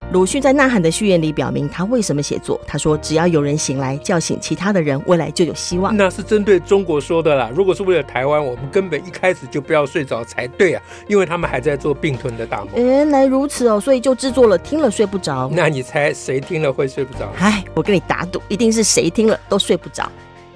鲁迅在《呐喊》的序言里表明他为什么写作，他说只要有人醒来叫醒其他的人，未来就有希望。 那是针对中国说的啦，如果是为了台湾，我们根本一开始就不要睡着才对啊，因为他们还在做并吞的大梦。 原来如此哦，所以就制作了听了睡不着。 那你猜谁听了会睡不着？ 哎，我跟你打赌，一定是谁听了都睡不着。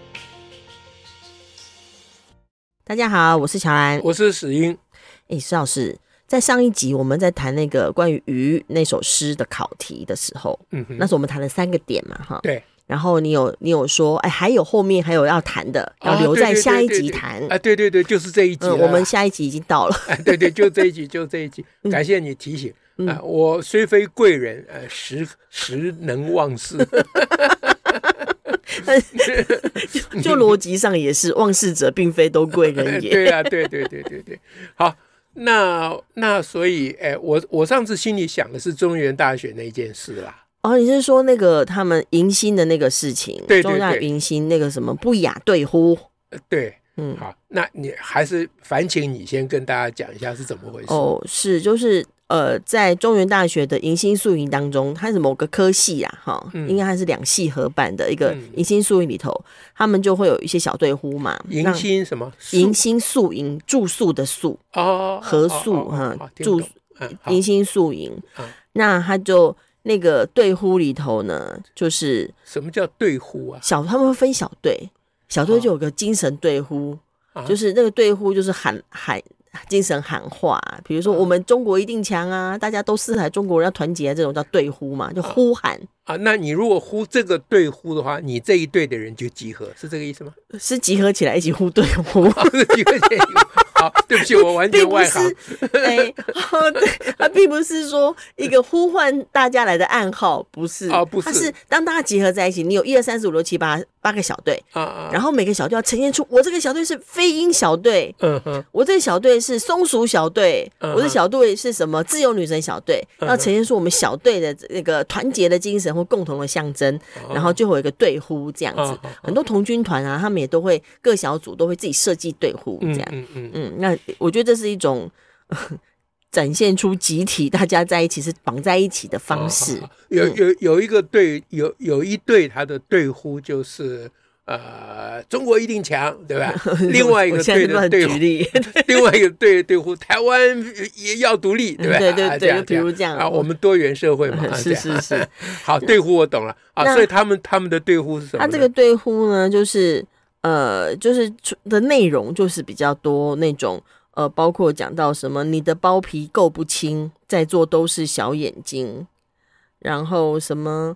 大家好，我是乔安， 我是史英。 施老师，在上一集我们在谈那个关于鱼那首诗的考题的时候，那时候我们谈了3个点嘛，哈， 对。 然后你有说，还有后面还有要谈的，要留在下一集谈。 对对对，就是这一集。 我们下一集已经到了。 对对，就这一集，就这一集。感谢你提醒。我虽非贵人，实能忘事。 就逻辑上也是，忘事者并非都贵人也。 对啊，对对对对对。好，那所以，我上次心里想的是中原大学那件事啦。 哦，你是说那个他们迎新的那个事情？ 对对对， 中大迎新那个什么不雅对呼？ 对，好，那你还是烦请你先跟大家讲一下是怎么回事。 哦，是就是在中原大学的迎新宿营当中，它是某个科系啊，应该还是2系合办的一个迎新宿营里头，他们就会有一些小队呼嘛。 迎新什么？ 迎新宿营，住宿的宿合宿住迎新宿营。那他就那个队呼里头呢，就是什么叫队呼啊？ 他们会分小队，小队就有个精神队呼，就是那个队呼就是喊精神喊话，比如说我们中国一定强啊，大家都四海中国人要团结，这种叫队呼嘛，就呼喊啊。那你如果呼这个队呼的话，你这一队的人就集合，是这个意思吗？ 是集合起来一起呼队呼。 是集合起来好，对不起，我完全外行。 他并不是说一个呼唤大家来的暗号，不是不是，他是当大家集合在一起，你有1、2、3、4、5、6、7、8个小队，然后每个小队要呈现出我这个小队是飞鹰小队，我这个小队是松鼠小队，我这小队是什么自由女神小队，要呈现出我们小队的那个团结的精神或共同的象征，然后就会有一个队呼这样子。很多童军团啊，他们也都会各小组都会自己设计队呼这样。那我觉得这是一种展现出集体大家在一起是绑在一起的方式。 有一个队，有一队他的队呼就是中国一定强，对吧？另外一个队的队呼，另外一个队的队呼，台湾也要独立，对吧？ 对对对，就比如这样啊，我们多元社会嘛。 是是是。 好，队呼我懂了啊，所以他们的队呼是什么？ 他这个队呼呢，就是的内容就是比较多那种包括讲到什么你的包皮够不清，在座都是小眼睛，然后什么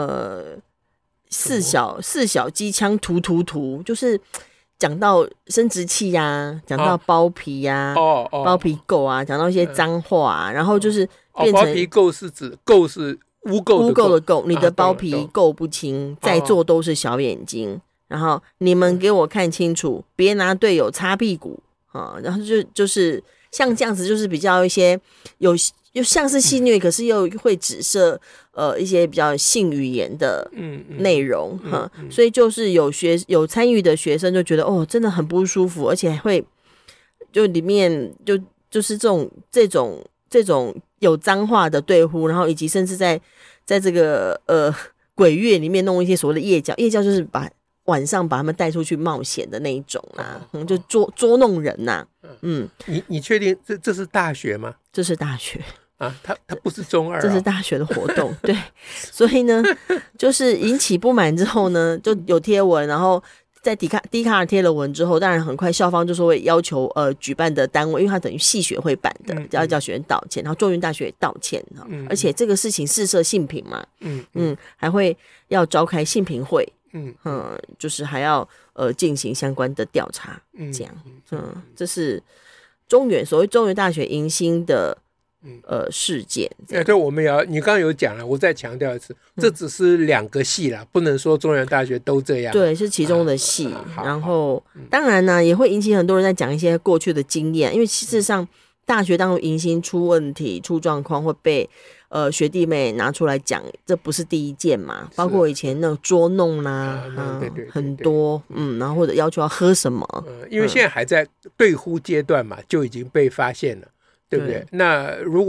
四小机枪突，就是讲到生殖器啊，讲到包皮啊，包皮垢啊，讲到一些脏话啊，然后就是变成包皮垢是指垢是污垢的垢，你的包皮垢不清，在座都是小眼睛。然后你们给我看清楚，别拿队友擦屁股啊！然后就是像这样子，就是比较一些又像是戏谑，可是又会指涉一些比较性语言的内容所以就是有参与的学生就觉得真的很不舒服，而且会就里面就是这种有脏话的队呼，然后以及甚至在这个鬼月里面弄一些所谓的夜教就是晚上把他们带出去冒险的那一种啦，就捉弄人呐。 你确定这是大学吗？ 这是大学啊，他不是中二， 这是大学的活动。对，所以呢，就是引起不满之后呢，就有贴文，然后在迪卡尔贴了文之后，当然很快校方就说会要求举办的单位，因为他等于系学会办的，要叫学生道歉，然后中原大学也道歉，而且这个事情事涉性平嘛，还会要召开性平会。就是还要进行相关的调查，这样，这是所谓中原大学迎新的事件。 对，我们你刚刚有讲了，我再强调一次，这只是2个系啦，不能说中原大学都这样。 对，是其中的系。然后当然呢，也会引起很多人在讲一些过去的经验，因为事实上大学当中迎新出问题、出状况会被学弟妹拿出来讲，这不是第一件嘛，包括以前那种捉弄啦，很多，然后或者要求要喝什么， 因为现在还在队呼阶段嘛，就已经被发现了，对不对？那如果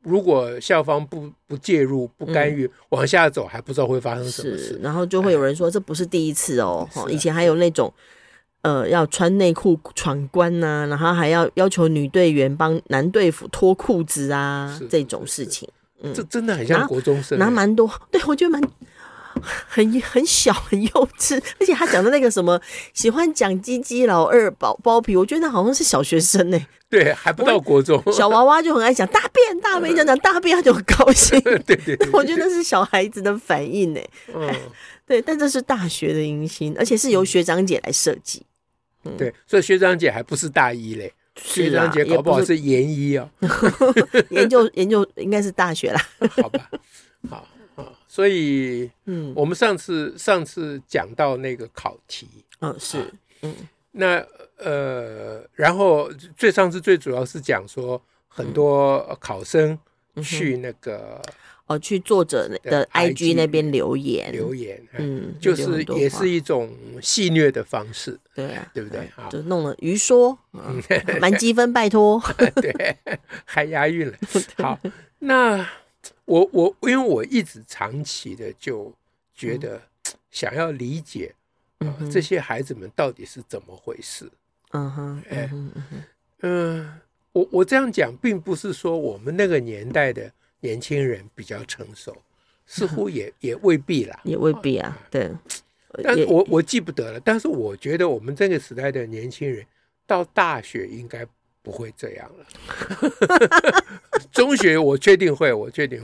如果校方不介入、不干预，往下走还不知道会发生什么事。 然后就会有人说，这不是第一次哦，以前还有那种要穿内裤闯关啊，然后还要求女队员帮男队服脱裤子啊，这种事情。 这真的很像国中生， 拿蛮多，对，我觉得很小很幼稚，而且他讲的那个什么喜欢讲鸡鸡老二包皮，我觉得那好像是小学生对，还不到国中。 小娃娃就很爱讲大便，讲大便他就很高兴。 对， 我觉得那是小孩子的反应对，但这是大学的迎新，而且是由学长姐来设计。 对，所以学长姐还不是大一嘞，学长姐搞不好是研一啊。 研究应该是大学啦。 好吧，好。所以，我们上次讲到那个考题， 是， 那然后上次最主要是讲说很多考生去那个去作者的 IG 那边留言， 就是也是一种戏谑的方式，对不对？ 就弄了余说，满积分，拜托， 对，还押韵了。好，那。因为我一直长期的就觉得想要理解这些孩子们到底是怎么回事。我这样讲并不是说我们那个年代的年轻人比较成熟，似乎也未必啦， 也未必啊。对， 但我记不得了，但是我觉得我们这个时代的年轻人到大学应该不会这样了。中学我确定会。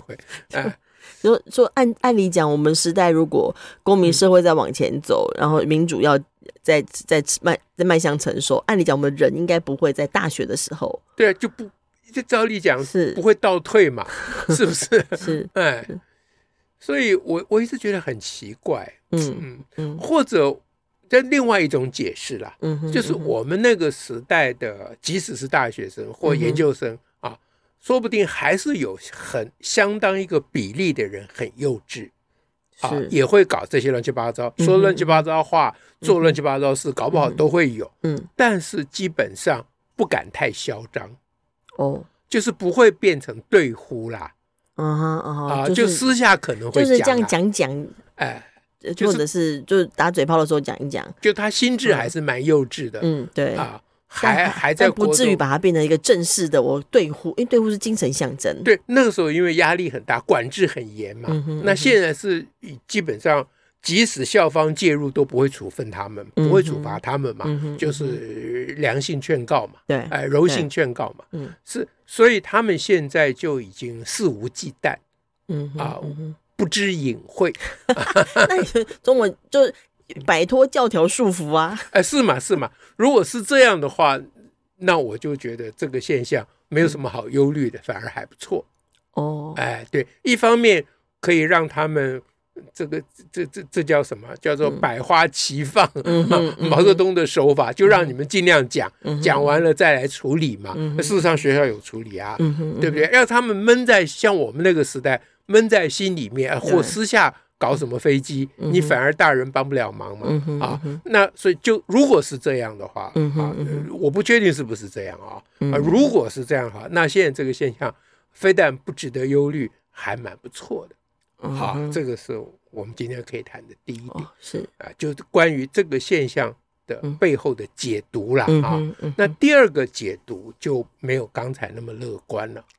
说按理讲，我们时代如果公民社会在往前走，然后民主要在迈向成熟，按理讲我们人应该不会在大学的时候， 对，就照理讲是不会倒退嘛，是不是？ 是， 所以我一直觉得很奇怪，或者在另外一种解释啦，就是我们那个时代的，即使是大学生或研究生说不定还是有相当一个比例的人很幼稚也会搞这些乱七八糟，说乱七八糟话，做乱七八糟事，搞不好都会有。但是基本上不敢太嚣张，就是不会变成对呼啦，就私下可能会就是这样讲，或者是就打嘴炮的时候讲一讲， 就他心智还是蛮幼稚的， 对还在不至于把它变成一个正式的我对呼，因为对呼是精神象征。 对，那个时候因为压力很大，管制很严嘛。那现在是基本上，即使校方介入都不会处分他们，不会处罚他们嘛，就是良性劝告嘛， 对， 柔性劝告嘛。是，所以他们现在就已经肆无忌惮，不知隐晦。 那你中文就摆脱教条束缚啊！ 是嘛？如果是这样的话，那我就觉得这个现象没有什么好忧虑的，反而还不错。对，一方面可以让他们这叫什么？叫做百花齐放。毛泽东的手法就让你们尽量讲，讲完了再来处理嘛。事实上学校有处理啊，对不对？要他们闷在像我们那个时代闷在心里面，或私下搞什么飞机，你反而大人帮不了忙嘛。那所以就如果是这样的话，我不确定是不是这样如果是这样的话，那现在这个现象非但不值得忧虑，还蛮不错的。这个是我们今天可以谈的第一点， 是就是关于这个现象的背后的解读啦。那第二个解读就没有刚才那么乐观了。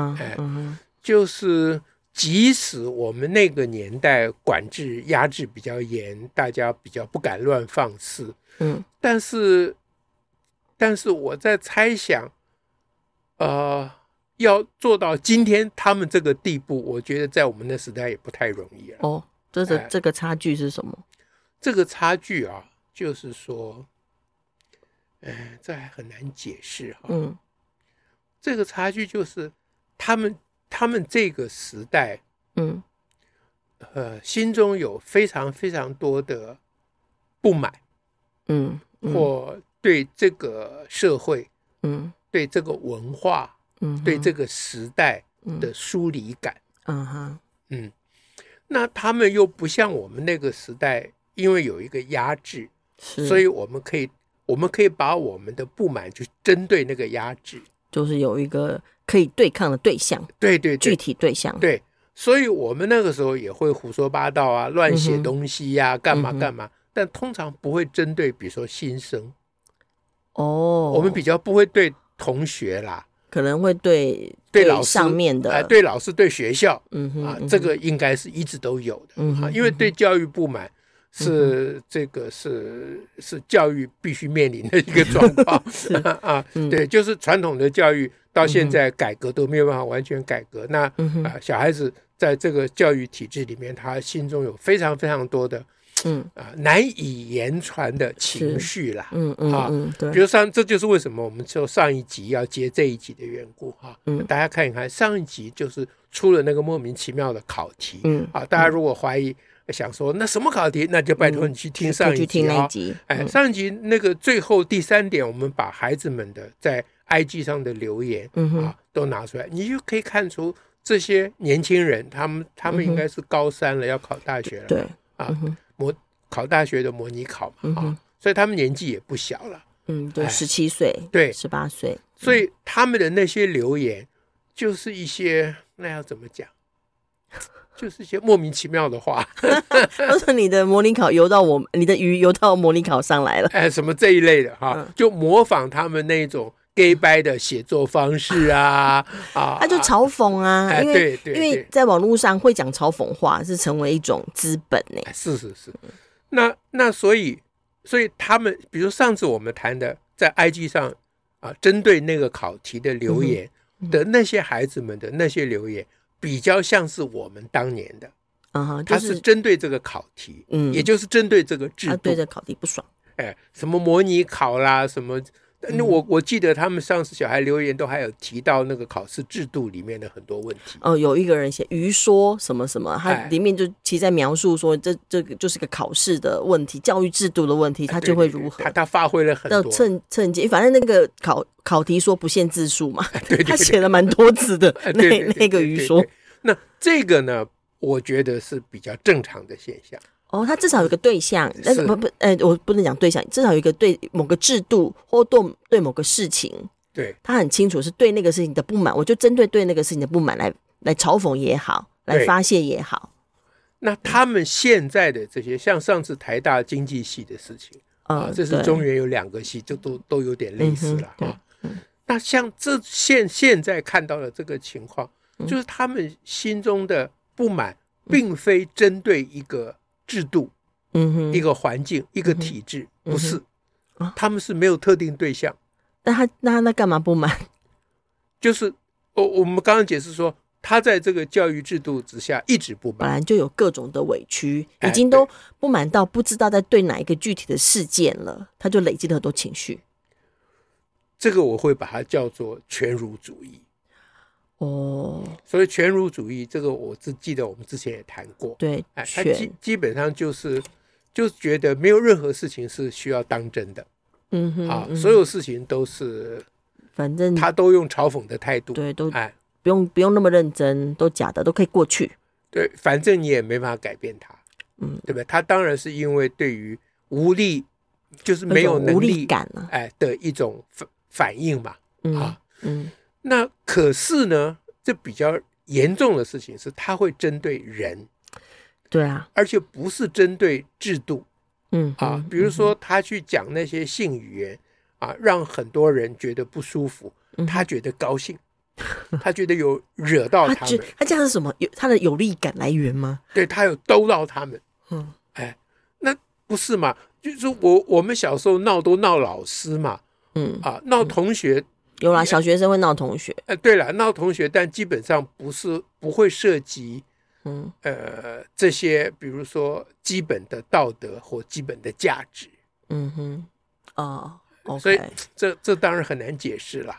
就是即使我们那个年代管制压制比较严，大家比较不敢乱放肆，但是我在猜想，要做到今天他们这个地步，我觉得在我们那时代也不太容易了。 这个差距是什么？ 这个差距就是说，这还很难解释这个差距就是他们这个时代，心中有非常非常多的不满，或对这个社会，对这个文化，对这个时代的疏离感，那他们又不像我们那个时代，因为有一个压制，所以我们可以把我们的不满就针对那个压制， 就是有一个可以对抗的对象， 对对对， 具体对象， 对，所以我们那个时候也会胡说八道啊，乱写东西呀，干嘛干嘛，但通常不会针对比如说新生，我们比较不会对同学啦， 可能会对老师上面的， 对老师对学校，这个应该是一直都有的，因为对教育不满是这个是教育必须面临的一个状况对，就是传统的教育到现在改革都没有办法完全改革，那小孩子在这个教育体制里面，他心中有非常非常多的难以言传的情绪啦，对，比如这就是为什么我们说上一集要接这一集的缘故大家看一看上一集就是出了那个莫名其妙的考题，大家如果怀疑想说那什么考题，那就拜托你去听上一集上一集那个最后第3点，我们把孩子们的在 IG 上的留言都拿出来，你就可以看出这些年轻人他们应该是高3了，要考大学了，对考大学的模拟考嘛所以他们年纪也不小了， 对，17岁，对，18岁， 所以他们的那些留言就是一些那要怎么讲，就是一些莫名其妙的话都是你的模拟考游到你的鱼游到模拟考上来了， 什么这一类的就模仿他们那种 gay 掰的写作方式他就嘲讽因为对， 因为在网络上会讲嘲讽话是成为一种资本是那所以他们比如上次我们谈的在 IG 上针对那个考题的留言的那些孩子们的那些留言比较像是我们当年的他是针对这个考题也就是针对这个制度， 对这考题不爽什么模拟考啦什么我记得他们上次小孩留言都还有提到那个考试制度里面的很多问题有一个人写余说什么什么，他里面就其实在描述说这个就是个考试的问题，教育制度的问题，他就会如何他发挥了很多趁机，反正那个考题说不限字数嘛他写了蛮多字的那个余说， 那这个呢我觉得是比较正常的现象他至少有个对象，但是我不能讲对象，至少有一个对某个制度或对某个事情， 对他很清楚是对那个事情的不满，我就针对那个事情的不满来嘲讽也好，来发泄也好。 那他们现在的这些，像上次台大经济系的事情这是中原有2个系，就都有点类似了那像现在看到的这个情况，就是他们心中的不满，并非针对一个制度一个环境一个体制不是他们是没有特定对象， 那他干嘛不满？ 就是我们刚刚解释说他在这个教育制度之下一直不满， 本来就有各种的委屈，已经都不满到不知道在对哪一个具体的事件了，他就累积了很多情绪， 这个我会把它叫做全儒主义所以全儒主义这个我只记得我们之前也谈过， 对， 他基本上就觉得没有任何事情是需要当真的所有事情都是反正他都用嘲讽的态度， 对，都不用那么认真，都假的都可以过去， 对，反正你也没办法改变他对不对？他当然是因为对于无力就是没有能力无力感的一种反应嘛那可是呢这比较严重的事情是他会针对人， 对啊， 而且不是针对制度比如说他去讲那些性语言让很多人觉得不舒服他觉得高兴他觉得有惹到他们他这样是什么？他的有力感来源吗？ 对，他有逗到他们那不是嘛？就是我们小时候闹都闹老师嘛闹同学有啦，小学生会闹同学对了，闹同学，但基本上不会涉及这些比如说基本的道德或基本的价值 okay 所以这当然很难解释了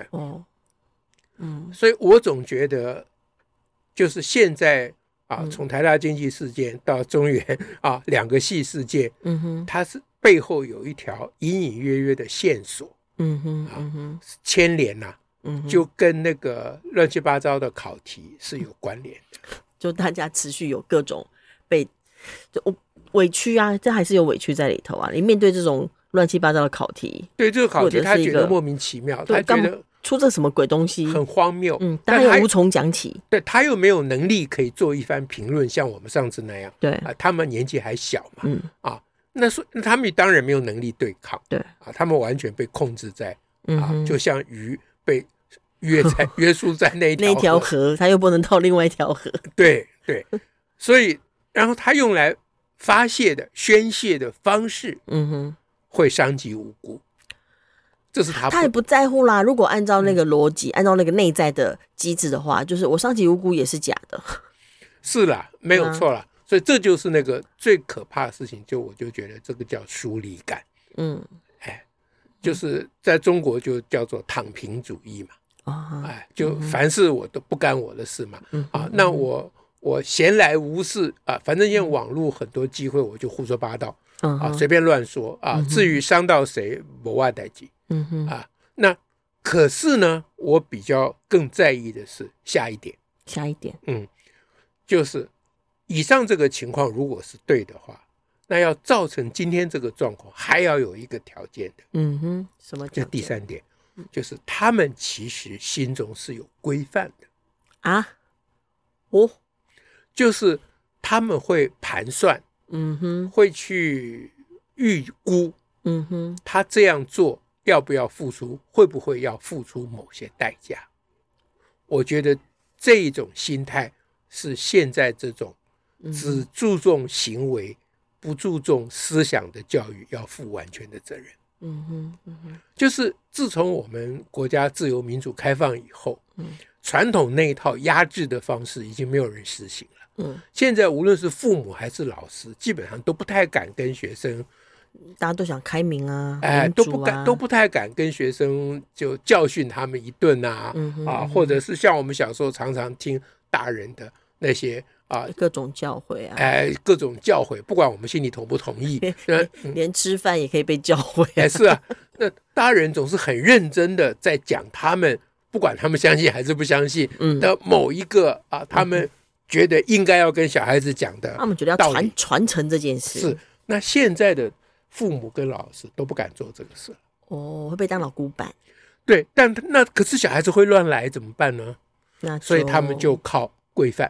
所以我总觉得就是现在从台大经济事件到中原2个系事件它是背后有一条隐隐约约的线索牵连就跟那个乱七八糟的考题是有关联的， 就大家持续有各种委屈这还是有委屈在里头你面对这种乱七八糟的考题， 对这个考题他觉得莫名其妙，他觉得出这什么鬼东西， 很荒谬。 但他又无从讲起。 对，他又没有能力可以做一番评论，像我们上次那样。 对他们年纪还小嘛，那他们当然没有能力对抗。 对他们完全被控制在就像鱼被约束在那条河，他又不能到另外一条河。 对对，所以然后他用来发泄的宣泄的方式，会伤及无辜。这是他也不在乎啦。如果按照那个逻辑，按照那个内在的机制的话，就是我伤及无辜也是假的。 是啦，没有错啦。所以这就是那个最可怕的事情，我就觉得这个叫疏离感。就是在中国就叫做躺平主义嘛。就凡事我都不干我的事嘛。那我闲来无事反正因为网络很多机会，我就胡说八道随便乱说至于伤到谁，没我的事。那可是呢，我比较更在意的是下一点，就是以上这个情况如果是对的话，那要造成今天这个状况，还要有一个条件的。 什么条件？ 这第三点，就是他们其实心中是有规范的就是他们会盘算，会去预估，他这样做要不要付出，会不会要付出某些代价。我觉得这一种心态是现在这种只注重行为不注重思想的教育要负完全的责任。就是自从我们国家自由民主开放以后，传统那一套压制的方式已经没有人实行了。现在无论是父母还是老师，基本上都不太敢跟学生， 大家都想开明啊， 都不太敢跟学生就教训他们一顿或者是像我们小时候常常听大人的那些各种教诲各种教诲，不管我们心里同不同意， 连吃饭也可以被教诲是啊，那大人总是很认真的在讲他们，不管他们相信还是不相信的某一个他们觉得应该要跟小孩子讲的， 他们觉得要传承这件事。 是，那现在的父母跟老师都不敢做这个事会被当老古板。 对，但那可是小孩子会乱来怎么办呢？所以他们就靠规范。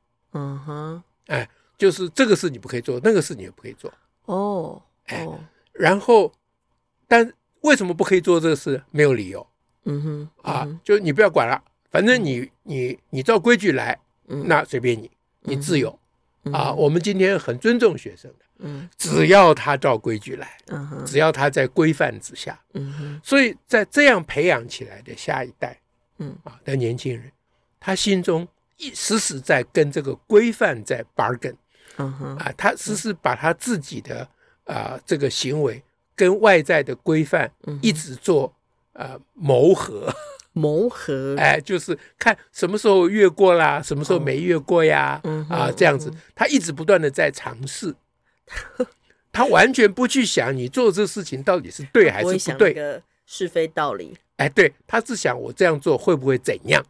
就是这个事你不可以做，那个事你也不可以做。然后但为什么不可以做这个事？没有理由。就你不要管了，反正你照规矩来，那随便你自由我们今天很尊重学生的，只要他照规矩来，只要他在规范之下。所以在这样培养起来的下一代的年轻人，他心中时时在跟这个规范在 bargain。他时时把他自己的这个行为跟外在的规范一直做谋合，就是看什么时候越过啦，什么时候没越过呀，这样子，他一直不断的在尝试，他完全不去想你做这事情到底是对还是不对， 不会想那个是非道理， 对，他是想我这样做会不会怎样，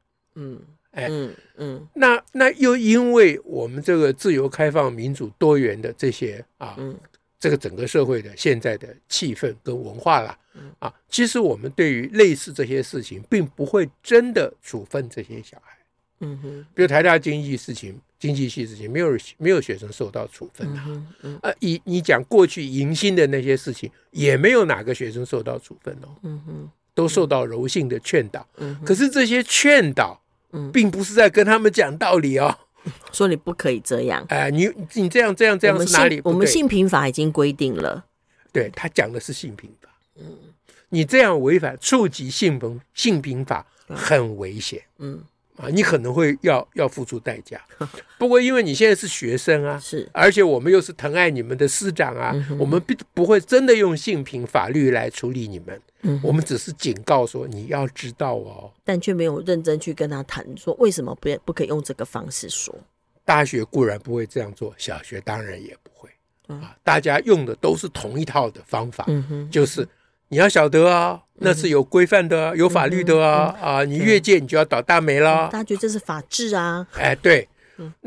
那又因为我们这个自由开放民主多元的这些这个整个社会的现在的气氛跟文化啦其实我们对于类似这些事情并不会真的处分这些小孩。比如台大经济系事情，没有学生受到处分你讲过去迎新的那些事情，也没有哪个学生受到处分都受到柔性的劝导。可是这些劝导并不是在跟他们讲道理说你不可以这样， 你这样是哪里不对？ 我们性平法已经规定了， 对，他讲的是性平法，你这样违反触及性平法很危险，你可能会要付出代价。不过因为你现在是学生是， 而且我们又是疼爱你们的师长我们不会真的用性平法律来处理你们，我们只是警告说你要知道但却没有认真去跟他谈说为什么不可以用这个方式说。 大学固然不会这样做，小学当然也不会大家用的都是同一套的方法，就是你要晓得那是有规范的有法律的你越界你就要倒大霉了。 大家觉得这是法治对，那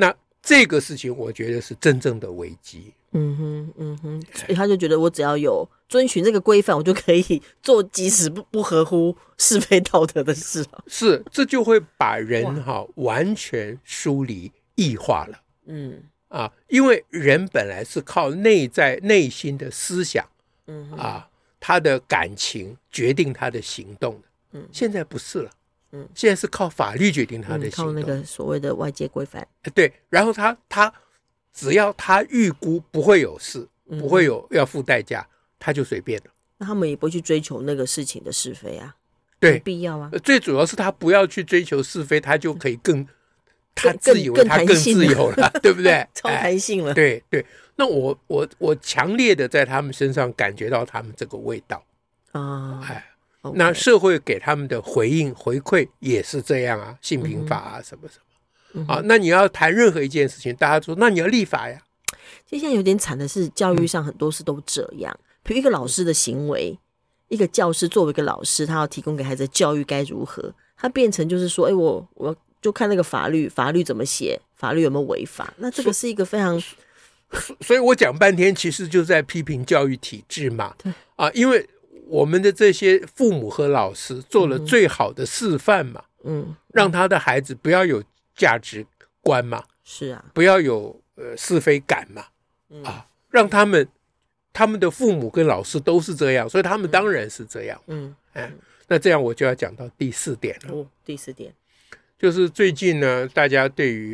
这个事情我觉得是真正的危机。 所以他就觉得我只要有遵循这个规范，我就可以做即使不合乎是非道德的事。 是，这就会把人完全疏离异化了。因为人本来是靠内心的思想，他的感情决定他的行动的。现在不是了。现在是靠法律决定他的行动， 靠那个所谓的外界规范。 对，然后他只要他预估不会有事，不会有要付代价，他就随便了。 那他们也不会去追求那个事情的是非啊， 对， 没必要啊。 最主要是他不要去追求是非，他就可以他自以为他更自由了，对不对？ 超弹性了。 对对，那我强烈的在他们身上感觉到他们这个味道啊。那社会给他们的回馈也是这样啊，性平法啊，什么什么。那你要谈任何一件事情，大家说那你要立法呀。 其实现在有点惨的是，教育上很多事都这样。比如一个老师的行为，一个教师作为一个老师，他要提供给孩子的教育该如何，他变成就是说，我就看那个法律怎么写，法律有没有违法。那这个是一个非常， 所以我讲半天，其实就在批评教育体制嘛。因为我们的这些父母和老师做了最好的示范嘛，让他的孩子不要有价值观嘛， 是啊， 不要有是非感嘛，让他们的父母跟老师都是这样，所以他们当然是这样。那这样我就要讲到第4点了。 第4点就是最近呢，大家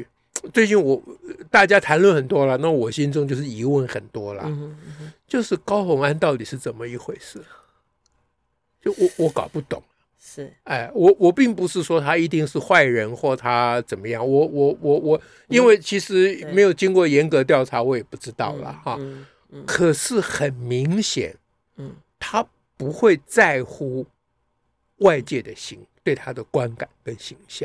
大家谈论很多了，那我心中就是疑问很多了，就是高虹安到底是怎么一回事？就我搞不懂。 是， 我并不是说他一定是坏人或他怎么样，我因为其实没有经过严格调查，我也不知道了哈。可是很明显，他不会在乎外界的对他的观感跟形象。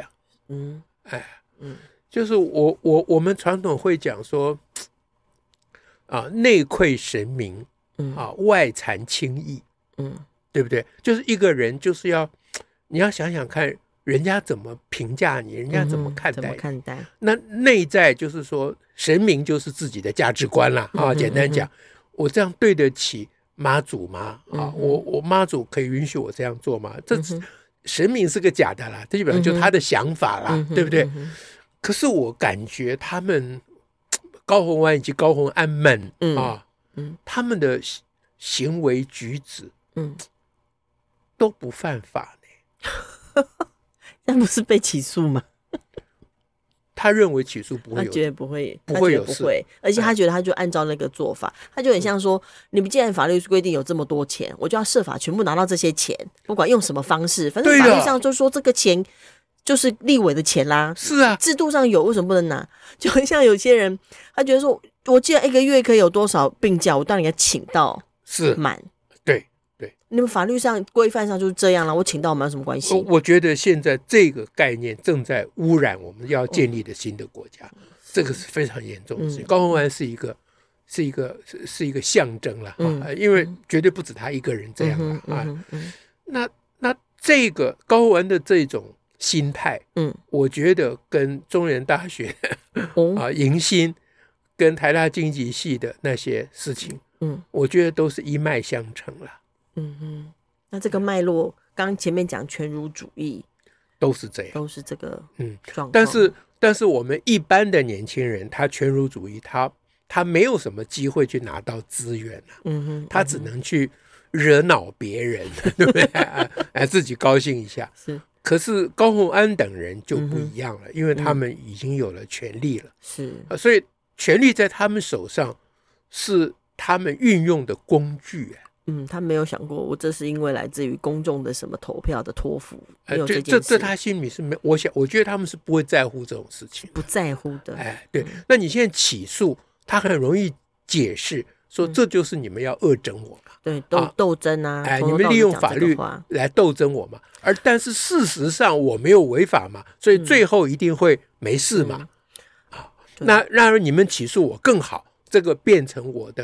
就是我们传统会讲说，内愧神明，外惭轻义，对不对？就是一个人就是你要想想看，人家怎么评价你，人家怎么看待。那内在就是说，神明就是自己的价值观啦。简单讲，我这样对得起妈祖吗？我妈祖可以允许我这样做吗？这神明是个假的啦，这基本上就是他的想法啦，对不对？可是我感觉他们高虹安以及高虹安们他们的行为举止都不犯法呢。 那不是被起诉吗？ 他认为起诉不会有， 他觉得不会有事， 而且他觉得他就按照那个做法，他就很像说，你们既然法律规定有这么多钱，我就要设法全部拿到这些钱，不管用什么方式，反正法律上就说这个钱就是立委的钱啦。 是啊， 制度上有，为什么不能拿？就很像有些人，他觉得说，我既然一个月可以有多少病假，我当然要请到满。对，你们法律上规范上就是这样了，我请到我们有什么关系？ 我觉得现在这个概念正在污染我们要建立的新的国家，这个是非常严重的事情。高虹安是一个象征了因为绝对不止他一个人这样了那这个高虹安的这种心态，我觉得跟中原大学迎新跟台大经济系的那些事情，我觉得都是一脉相承了。 那这个脉络，刚前面讲全儒主义， 都是这样， 都是这个状况。 但是我们一般的年轻人，他全儒主义，他没有什么机会去拿到资源他只能去惹恼别人，对不对？自己高兴一下。可是高虹安等人就不一样了，因为他们已经有了权力了，所以权力在他们手上是他们运用的工具他没有想过，我这是因为来自于公众的什么投票的托付，没有这件事。 这他心里是没，我觉得他们是不会在乎这种事情， 不在乎的。 对。那你现在起诉，他很容易解释说，这就是你们要恶整我嘛， 对，斗争你们利用法律来斗争我嘛。但是事实上我没有违法嘛，所以最后一定会没事嘛。那让你们起诉我更好，这个变成我的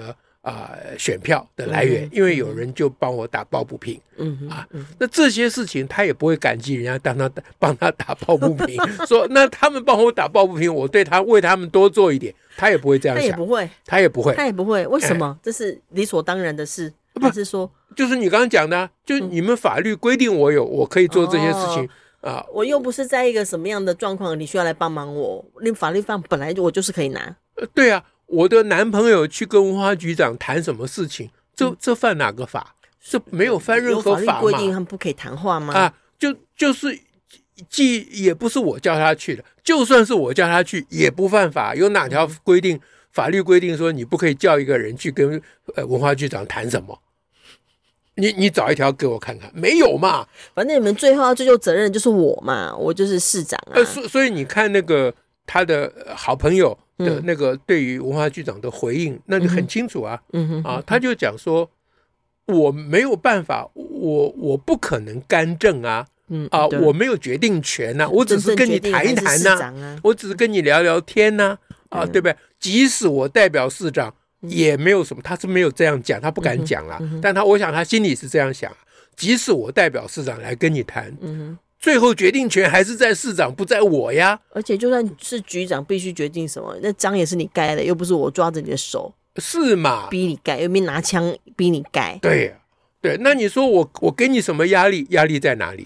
选票的来源，因为有人就帮我打抱不平，那这些事情他也不会感激人家帮他打抱不平，说那他们帮我打抱不平，我为他们多做一点，他也不会这样想，他也不会， 为什么？这是理所当然的事，还是说就是你刚刚讲的，就你们法律规定我可以做这些事情。 我又不是在一个什么样的状况，你需要来帮忙我？你法律上本来我就是可以拿。 对啊，我的男朋友去跟文化局长谈什么事情，这犯哪个法？这没有犯任何法嘛？ 有法律规定他们不可以谈话吗？ 就是既也不是我叫他去的，就算是我叫他去也不犯法。有哪条规定？法律规定说你不可以叫一个人去跟文化局长谈什么？你找一条给我看看，没有嘛？ 反正你们最后要追究责任就是我嘛，我就是市长啊。 所以你看那个他的好朋友的那个对于文化局长的回应，那就很清楚啊。他就讲说，我没有办法，我不可能干政啊。我没有决定权啊，我只是跟你谈一谈呐，我只是跟你聊聊天呐，对不对？即使我代表市长。也没有什么，他是没有这样讲，他不敢讲啦。但我想他心里是这样想，即使我代表市长来跟你谈，最后决定权还是在市长，不在我呀。 而且就算是局长必须决定什么，那章也是你盖的，又不是我抓着你的手， 是嘛？ 逼你盖，又没拿枪逼你盖。 对，那你说我给你什么压力？压力在哪里？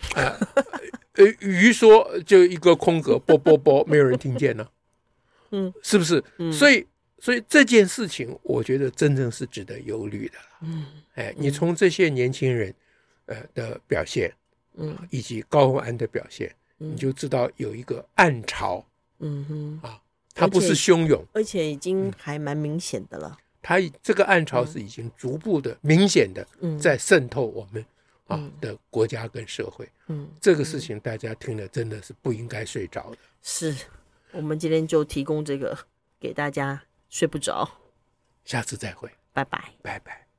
鱼说就一个空格，啵啵啵，没有人听见呢。是不是？所以这件事情，我觉得真正是值得忧虑的。你从这些年轻人的表现，以及高虹安的表现，你就知道有一个暗潮。他不是汹涌， 而且已经还蛮明显的了。 他这个暗潮是已经逐步的、明显的在渗透我们的国家跟社会。这个事情大家听了真的是不应该睡着的。 是我们今天就提供这个给大家。睡不着， 下次再会， 拜拜， 拜拜。